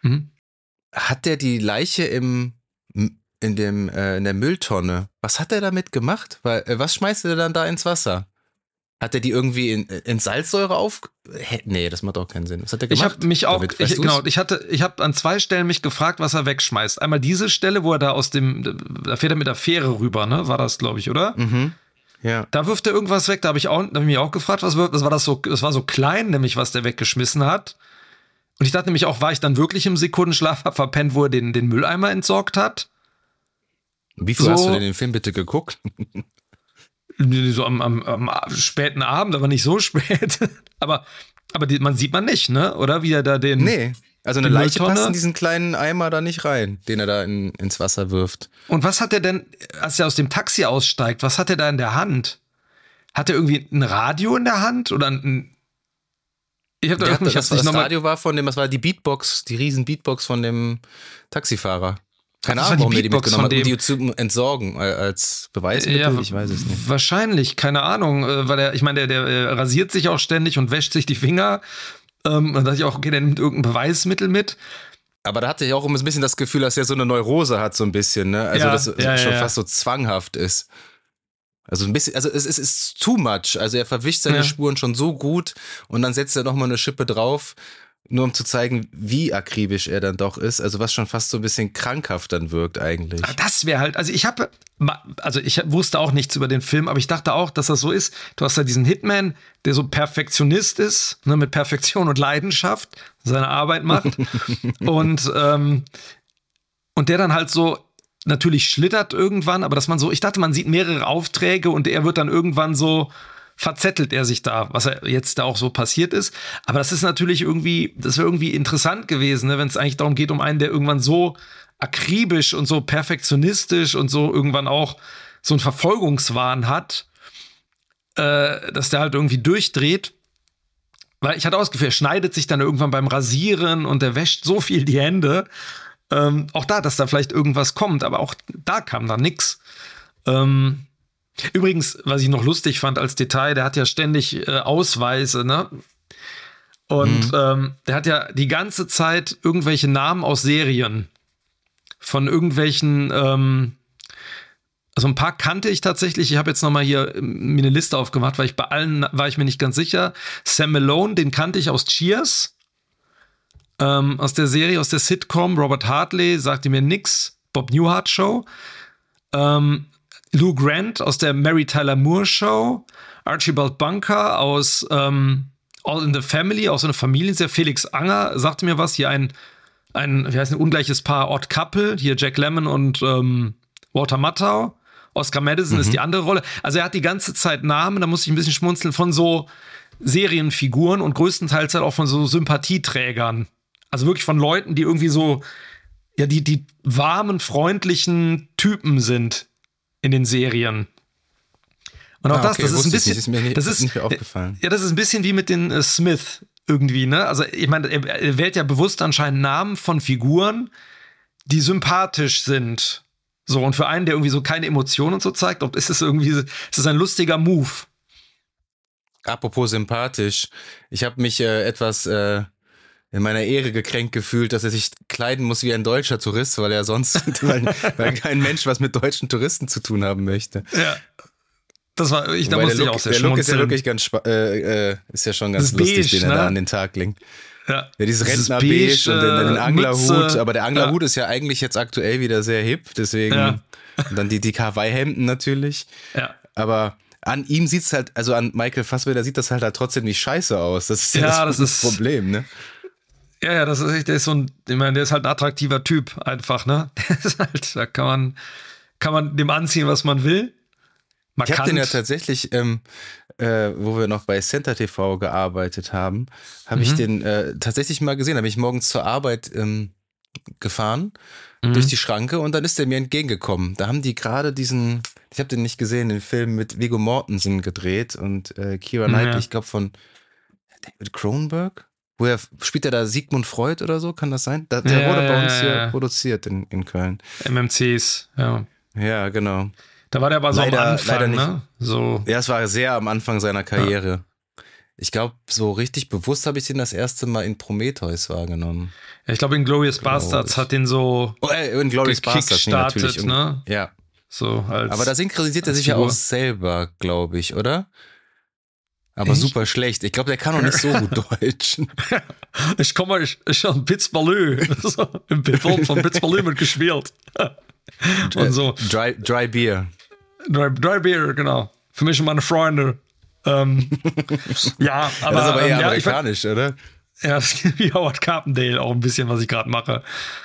Hat der die Leiche in der Mülltonne, was hat er damit gemacht? Was schmeißt er dann da ins Wasser? Hat er die irgendwie in Salzsäure Nee, das macht auch keinen Sinn. Was hat er gemacht? Ich habe mich auch, ich habe an 2 Stellen mich gefragt, was er wegschmeißt. Einmal diese Stelle, wo er da da fährt er mit der Fähre rüber, ne? War das, glaube ich, oder? Ja. Da wirft er irgendwas weg, da habe ich mich auch gefragt, was war das so, das war so klein, nämlich was der weggeschmissen hat. Und ich dachte nämlich auch, war ich dann wirklich im Sekundenschlaf, hab verpennt, wo er den Mülleimer entsorgt hat? Wie viel hast du denn den Film bitte geguckt? So am späten Abend, aber nicht so spät. aber man sieht man nicht, ne? Oder wie er da Nee, also eine Leiche passt in diesen kleinen Eimer da nicht rein, den er da ins Wasser wirft. Und was hat er denn, als er aus dem Taxi aussteigt, was hat er da in der Hand? Hat er irgendwie ein Radio in der Hand? Oder das Radio war was war die Beatbox, die riesen Beatbox von dem Taxifahrer. Keine Ahnung, warum der die mitgenommen hat, um die zu entsorgen als Beweismittel, ja, ich weiß es nicht. Wahrscheinlich, keine Ahnung, weil der rasiert sich auch ständig und wäscht sich die Finger. Und da dachte ich auch, okay, der nimmt irgendein Beweismittel mit. Aber da hatte ich auch ein bisschen das Gefühl, dass er so eine Neurose hat, so ein bisschen, ne? Also, dass schon fast so zwanghaft ist. Also ein bisschen, also es ist too much. Also er verwischt seine Spuren schon so gut und dann setzt er nochmal eine Schippe drauf, nur um zu zeigen, wie akribisch er dann doch ist. Also was schon fast so ein bisschen krankhaft dann wirkt eigentlich. Das wäre halt, ich wusste auch nichts über den Film, aber ich dachte auch, dass das so ist. Du hast ja diesen Hitman, der so Perfektionist ist, ne, mit Perfektion und Leidenschaft seine Arbeit macht. und der dann halt so natürlich schlittert irgendwann, aber dass man so, ich dachte, man sieht mehrere Aufträge und er wird dann irgendwann so, verzettelt er sich da, was er jetzt da auch so passiert ist. Aber das ist natürlich irgendwie, das wäre irgendwie interessant gewesen, ne, wenn es eigentlich darum geht, um einen, der irgendwann so akribisch und so perfektionistisch und so irgendwann auch so einen Verfolgungswahn hat, dass der halt irgendwie durchdreht. Weil ich hatte auch das Gefühl, er schneidet sich dann irgendwann beim Rasieren und er wäscht so viel die Hände. Auch da, dass da vielleicht irgendwas kommt, aber auch da kam dann nix. Übrigens, was ich noch lustig fand als Detail, der hat ja ständig Ausweise, ne? Und der hat ja die ganze Zeit irgendwelche Namen aus Serien von irgendwelchen, also ein paar kannte ich tatsächlich. Ich habe jetzt noch mal hier mir eine Liste aufgemacht, weil bei allen war ich mir nicht ganz sicher. Sam Malone, den kannte ich aus Cheers, aus der Serie, aus der Sitcom. Robert Hartley sagte mir nix. Bob Newhart Show. Lou Grant aus der Mary Tyler Moore Show. Archibald Bunker aus All in the Family, aus so einer Familienserie. Felix Anger sagte mir was. Hier ein wie heißt ein ungleiches Paar, Odd Couple. Hier Jack Lemmon und Walter Matthau. Oscar Madison ist die andere Rolle. Also er hat die ganze Zeit Namen, da musste ich ein bisschen schmunzeln, von so Serienfiguren und größtenteils halt auch von so Sympathieträgern. Also wirklich von Leuten, die irgendwie so, ja, die warmen, freundlichen Typen sind in den Serien. Und auch das ist ein bisschen, ist mir nicht aufgefallen. Ja, das ist ein bisschen wie mit den Smith irgendwie, ne? Also ich meine, er wählt ja bewusst anscheinend Namen von Figuren, die sympathisch sind. So, und für einen, der irgendwie so keine Emotionen und so zeigt, ist es ein lustiger Move. Apropos sympathisch, ich habe mich etwas in meiner Ehre gekränkt gefühlt, dass er sich kleiden muss wie ein deutscher Tourist, weil er sonst, weil kein Mensch was mit deutschen Touristen zu tun haben möchte. Ja. Da musste ich auch sehr schmunzeln. Der Look ist ja wirklich ist ja schon ganz lustig, beige, den er da an den Tag legt. Ja, dieses Rentner-Beige und den Anglerhut, Mütze. Aber der Anglerhut ist ja eigentlich jetzt aktuell wieder sehr hip, deswegen dann die Hawaii-Hemden natürlich. Ja. Aber an ihm sieht's halt, also an Michael Fassbender sieht das halt trotzdem nicht scheiße aus. Das ist das Problem, ne? Ja, der ist so ein, ich meine, der ist halt ein attraktiver Typ einfach, ne? Der ist halt, da kann man dem anziehen, was man will. Ich habe den ja tatsächlich, wo wir noch bei Center TV gearbeitet haben, habe ich den tatsächlich mal gesehen. Da bin ich morgens zur Arbeit gefahren durch die Schranke und dann ist der mir entgegengekommen. Da haben die gerade ich habe den nicht gesehen, den Film mit Viggo Mortensen gedreht und Keira Knightley, ich glaube von David Cronenberg. Spielt er da Sigmund Freud oder so? Kann das sein? Der wurde bei uns hier produziert in Köln. MMCs, ja. Ja, genau. Da war der aber so am Anfang, leider nicht. ne? So. Ja, es war sehr am Anfang seiner Karriere. Ja. Ich glaube, so richtig bewusst habe ich den das erste Mal in Prometheus wahrgenommen. Ja, ich glaube, Inglourious Bastards hat den so Inglourious Bastards natürlich. Ne? Ja. So aber da synchronisiert er sich ja auch selber, glaube ich, oder? Aber super schlecht. Ich glaube, der kann auch nicht so gut Deutsch. Ich habe Pitzbalü. Im Film von Pitzbalü mitgespielt. Und so. Dry Beer. Dry Beer, genau. Für mich und meine Freunde. Ja, aber. Ja, das ist aber eher amerikanisch, oder? Ja, das ist wie Howard Carpendale auch ein bisschen, was ich gerade mache.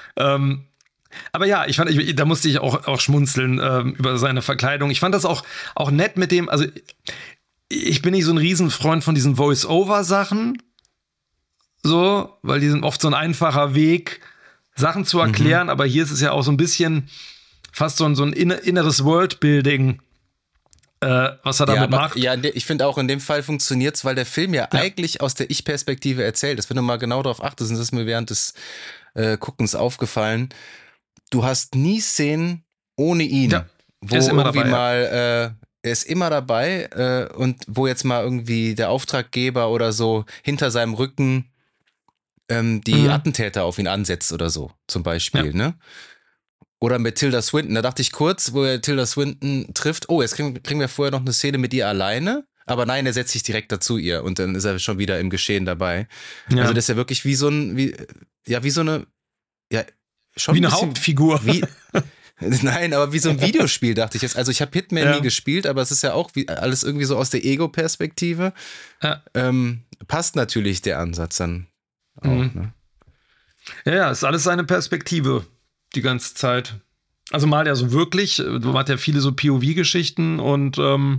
Aber ja, da musste ich auch schmunzeln über seine Verkleidung. Ich fand das auch nett mit dem, also ich bin nicht so ein Riesenfreund von diesen Voice-Over-Sachen, so, weil die sind oft so ein einfacher Weg, Sachen zu erklären, aber hier ist es ja auch so ein bisschen fast so ein inneres Worldbuilding, was er damit macht. Ja, ich finde auch in dem Fall funktioniert es, weil der Film ja eigentlich aus der Ich-Perspektive erzählt ist. Wenn du mal genau darauf achtest, und das ist mir während des Guckens aufgefallen, du hast nie Szenen ohne ihn, wo ist immer irgendwie dabei, mal er ist immer dabei und wo jetzt mal irgendwie der Auftraggeber oder so hinter seinem Rücken die Attentäter auf ihn ansetzt oder so, zum Beispiel, ne? Oder mit Tilda Swinton, da dachte ich kurz, wo er Tilda Swinton trifft, jetzt kriegen wir vorher noch eine Szene mit ihr alleine, aber nein, er setzt sich direkt dazu ihr und dann ist er schon wieder im Geschehen dabei. Ja. Also das ist ja wirklich wie eine Hauptfigur. Nein, aber wie so ein Videospiel, dachte ich jetzt. Also ich habe Hitman nie gespielt, aber es ist ja auch alles irgendwie so aus der Ego-Perspektive. Ja. Passt natürlich der Ansatz dann auch, ne? Ja, ist alles seine Perspektive die ganze Zeit. Also mal ja so wirklich, man hat ja viele so POV-Geschichten und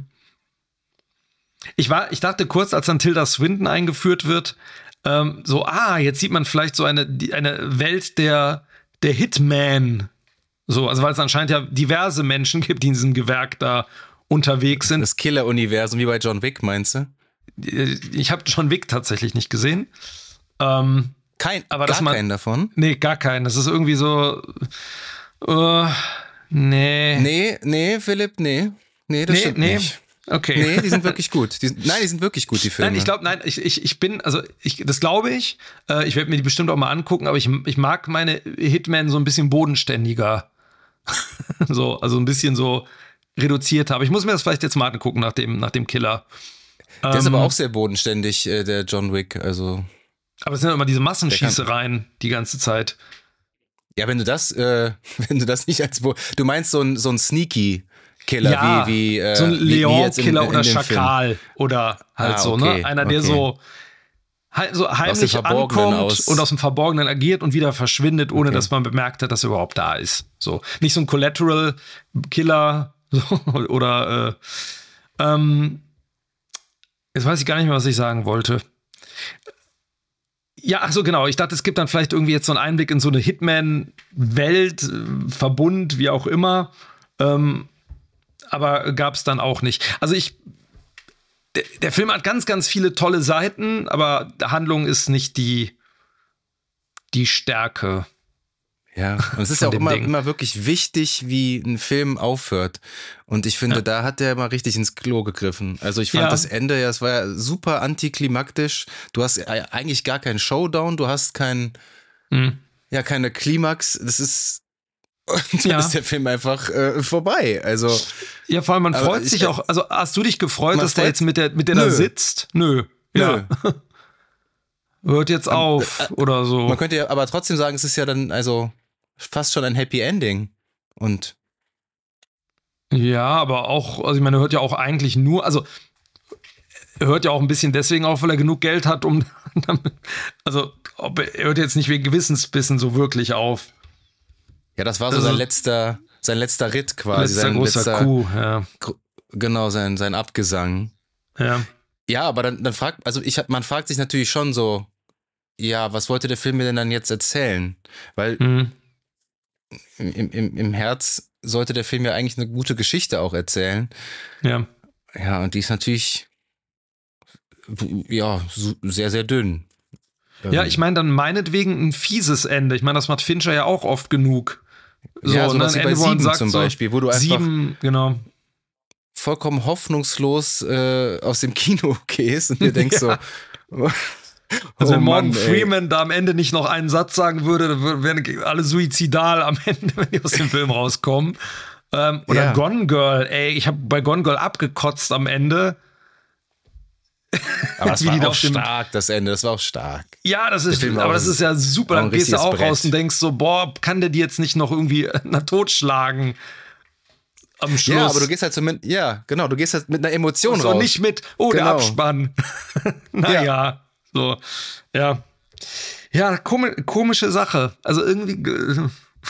ich dachte kurz, als dann Tilda Swinton eingeführt wird, jetzt sieht man vielleicht so eine Welt der Hitman. So, also weil es anscheinend ja diverse Menschen gibt, die in diesem Gewerk da unterwegs sind. Das Killer-Universum, wie bei John Wick, meinst du? Ich habe John Wick tatsächlich nicht gesehen. Kann Keinen davon? Nee, gar keinen. Das ist irgendwie so. Nee. Nee, Philipp, nee. Nee, das stimmt nicht. Okay. Nee, die sind wirklich gut. Die sind wirklich gut, die Filme. Das glaube ich. Ich werde mir die bestimmt auch mal angucken, aber ich mag meine Hitmen so ein bisschen bodenständiger. So, also ein bisschen so reduzierter. Aber ich muss mir das vielleicht jetzt mal angucken nach dem Killer. Der ist aber auch sehr bodenständig, der John Wick. Also. Aber es sind immer diese Massenschießereien die ganze Zeit. Ja, wenn du das nicht als du meinst so ein Sneaky Killer, ja, wie so ein Leon-Killer oder Schakal Film. Oder halt so, okay, ne? Einer, der so heimlich ankommt und aus dem Verborgenen agiert und wieder verschwindet, ohne dass man bemerkt hat, dass er überhaupt da ist. So. Nicht so ein Collateral-Killer so, oder jetzt weiß ich gar nicht mehr, was ich sagen wollte. Ja, ach so, genau. Ich dachte, es gibt dann vielleicht irgendwie jetzt so einen Einblick in so eine Hitman-Welt, Verbund, wie auch immer. Aber gab es dann auch nicht. Also der Film hat ganz, ganz viele tolle Seiten, aber Handlung ist nicht die Stärke. Ja, und es ist ja auch immer wirklich wichtig, wie ein Film aufhört. Und ich finde, da hat der mal richtig ins Klo gegriffen. Also ich fand das Ende, es war ja super antiklimaktisch. Du hast eigentlich gar keinen Showdown, du hast keine Klimax. Das ist Und dann ist der Film einfach vorbei. Also, ja, vor allem man freut sich auch. Also hast du dich gefreut, dass der jetzt mit der da sitzt? Nö. Ja. Hört jetzt auf oder so. Man könnte ja aber trotzdem sagen, es ist ja dann also fast schon ein Happy Ending. Und ja, aber auch, also ich meine, er hört ja auch eigentlich nur, also er hört ja auch ein bisschen deswegen auf, weil er genug Geld hat, um also er hört jetzt nicht wegen Gewissensbissen so wirklich auf. Ja, das war so sein letzter Ritt quasi. Sein großer Coup, ja. Genau, sein Abgesang. Ja. Ja, aber dann man fragt sich natürlich schon so, ja, was wollte der Film mir denn dann jetzt erzählen? Weil im Herz sollte der Film ja eigentlich eine gute Geschichte auch erzählen. Ja. Ja, und die ist natürlich sehr, sehr dünn. Ja, ich meine dann meinetwegen ein fieses Ende. Ich meine, das macht Fincher ja auch oft genug. So, ja, so was wie bei 7 zum Beispiel, wo du einfach 7, genau, vollkommen hoffnungslos aus dem Kino gehst und dir denkst so, also wenn Morgan Freeman da am Ende nicht noch einen Satz sagen würde, dann wären alle suizidal am Ende, wenn die aus dem Film rauskommen. Oder Gone Girl, ich habe bei Gone Girl abgekotzt am Ende. Aber das war auch stark, das Ende, das war auch stark. Ja, das ist ja super. Dann gehst du auch raus und denkst so, boah, kann der die jetzt nicht noch irgendwie totschlagen am Schluss? Ja, aber du gehst halt du gehst halt mit einer Emotion raus. Und nicht mit, der Abspann. Naja, so, ja. Ja, komische Sache. Also irgendwie,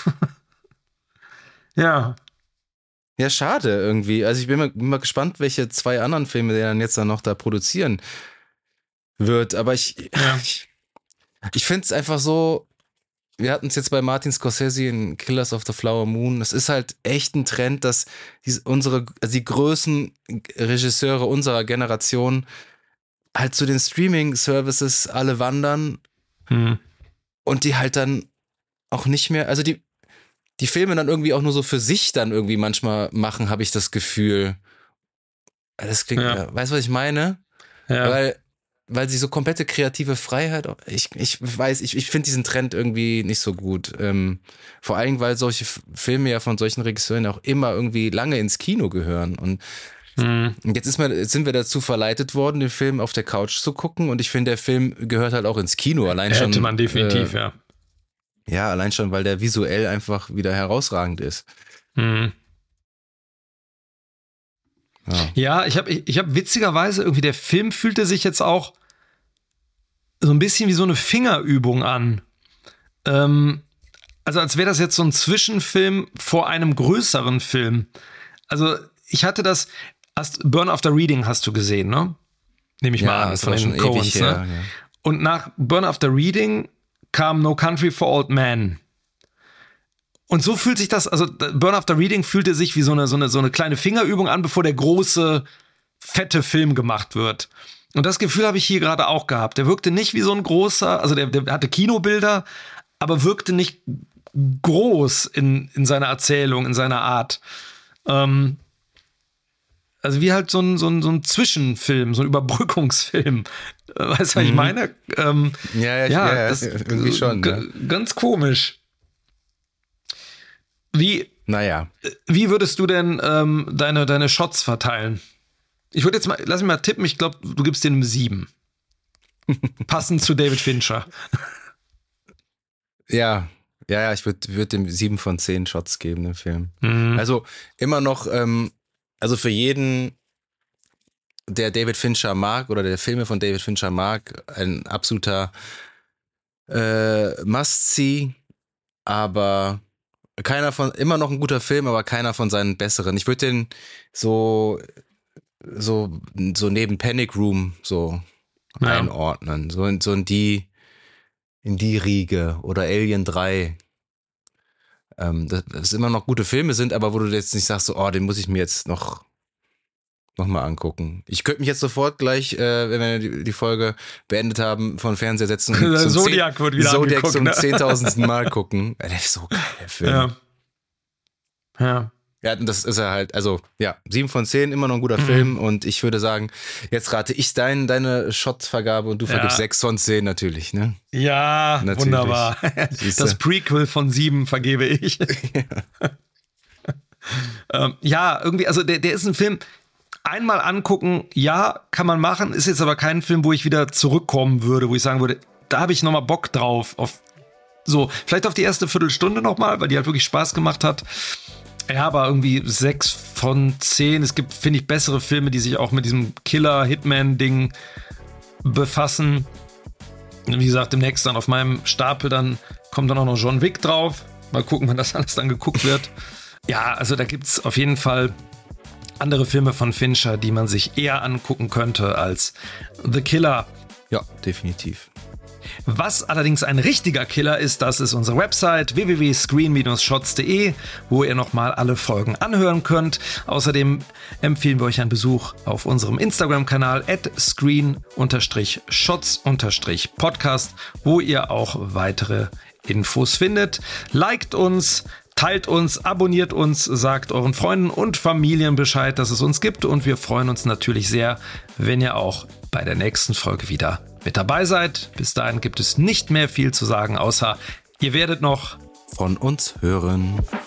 ja. Ja, schade irgendwie. Also ich bin mal gespannt, welche 2 anderen Filme der dann jetzt noch da produzieren wird. Aber ich finde es einfach so, wir hatten es jetzt bei Martin Scorsese in Killers of the Flower Moon. Das ist halt echt ein Trend, dass die größten Regisseure unserer Generation halt zu den Streaming-Services alle wandern und die halt dann auch nicht mehr, also die Filme dann irgendwie auch nur so für sich dann irgendwie manchmal machen, habe ich das Gefühl. Das klingt, weißt du, was ich meine? Ja. Weil sie so komplette kreative Freiheit, ich finde diesen Trend irgendwie nicht so gut. Vor allem, weil solche Filme ja von solchen Regisseuren auch immer irgendwie lange ins Kino gehören. Und jetzt sind wir dazu verleitet worden, den Film auf der Couch zu gucken. Und ich finde, der Film gehört halt auch ins Kino. Hätte man definitiv, ja. Ja, allein schon, weil der visuell einfach wieder herausragend ist. Ja, ich hab witzigerweise irgendwie, der Film fühlte sich jetzt auch so ein bisschen wie so eine Fingerübung an. Also als wäre das jetzt so ein Zwischenfilm vor einem größeren Film. Also ich hatte Burn After Reading hast du gesehen, ne? Nehme ich mal an, von den Coens, ne? Ja. Und nach Burn After Reading kam No Country for Old Men. Und so fühlt sich das, also Burn After Reading fühlte sich wie so eine kleine Fingerübung an, bevor der große, fette Film gemacht wird. Und das Gefühl habe ich hier gerade auch gehabt. Der wirkte nicht wie so ein großer, also der hatte Kinobilder, aber wirkte nicht groß in seiner Erzählung, in seiner Art. Also wie halt so ein Zwischenfilm, so ein Überbrückungsfilm. Weißt du, was ich meine? Ja, das irgendwie schon. Ne? Ganz komisch. Wie würdest du denn deine Shots verteilen? Ich würde jetzt mal, lass mich mal tippen, ich glaube, du gibst denen 7. Passend zu David Fincher. Ja, ich würd dem 7 von 10 Shots geben, dem Film. Also immer noch, also für jeden, der David Fincher mag oder der Filme von David Fincher mag, ein absoluter Must-See, aber immer noch ein guter Film, aber keiner von seinen besseren. Ich würde den so neben Panic Room einordnen. So in die Riege oder Alien 3. Das immer noch gute Filme sind, aber wo du jetzt nicht sagst, so, den muss ich mir jetzt noch mal angucken. Ich könnte mich jetzt sofort gleich, wenn wir die Folge beendet haben, von Fernseher setzen und Zodiac wird wieder Zodiac zum ne? 10.000. Mal gucken. Der ist so geil, der Film. Ja. Ja, das ist er halt, also 7 von 10, immer noch ein guter Film und ich würde sagen, jetzt rate ich deine Shotvergabe und du vergibst 6 von 10 natürlich, ne? Ja, natürlich. Wunderbar. Das Prequel von 7 vergebe ich. Irgendwie, also der ist ein Film, einmal angucken, kann man machen, ist jetzt aber kein Film, wo ich wieder zurückkommen würde, wo ich sagen würde, da habe ich nochmal Bock drauf, vielleicht auf die erste Viertelstunde nochmal, weil die halt wirklich Spaß gemacht hat. Ja, aber irgendwie 6 von 10. Es gibt, finde ich, bessere Filme, die sich auch mit diesem Killer-Hitman-Ding befassen. Wie gesagt, demnächst dann auf meinem Stapel, dann kommt dann auch noch John Wick drauf. Mal gucken, wann das alles dann geguckt wird. Ja, also da gibt es auf jeden Fall andere Filme von Fincher, die man sich eher angucken könnte als The Killer. Ja, definitiv. Was allerdings ein richtiger Killer ist, das ist unsere Website www.screen-shots.de, wo ihr nochmal alle Folgen anhören könnt. Außerdem empfehlen wir euch einen Besuch auf unserem Instagram-Kanal @screen-shots_podcast, wo ihr auch weitere Infos findet. Liked uns, teilt uns, abonniert uns, sagt euren Freunden und Familien Bescheid, dass es uns gibt. Und wir freuen uns natürlich sehr, wenn ihr auch bei der nächsten Folge wieder mit dabei seid. Bis dahin gibt es nicht mehr viel zu sagen, außer ihr werdet noch von uns hören.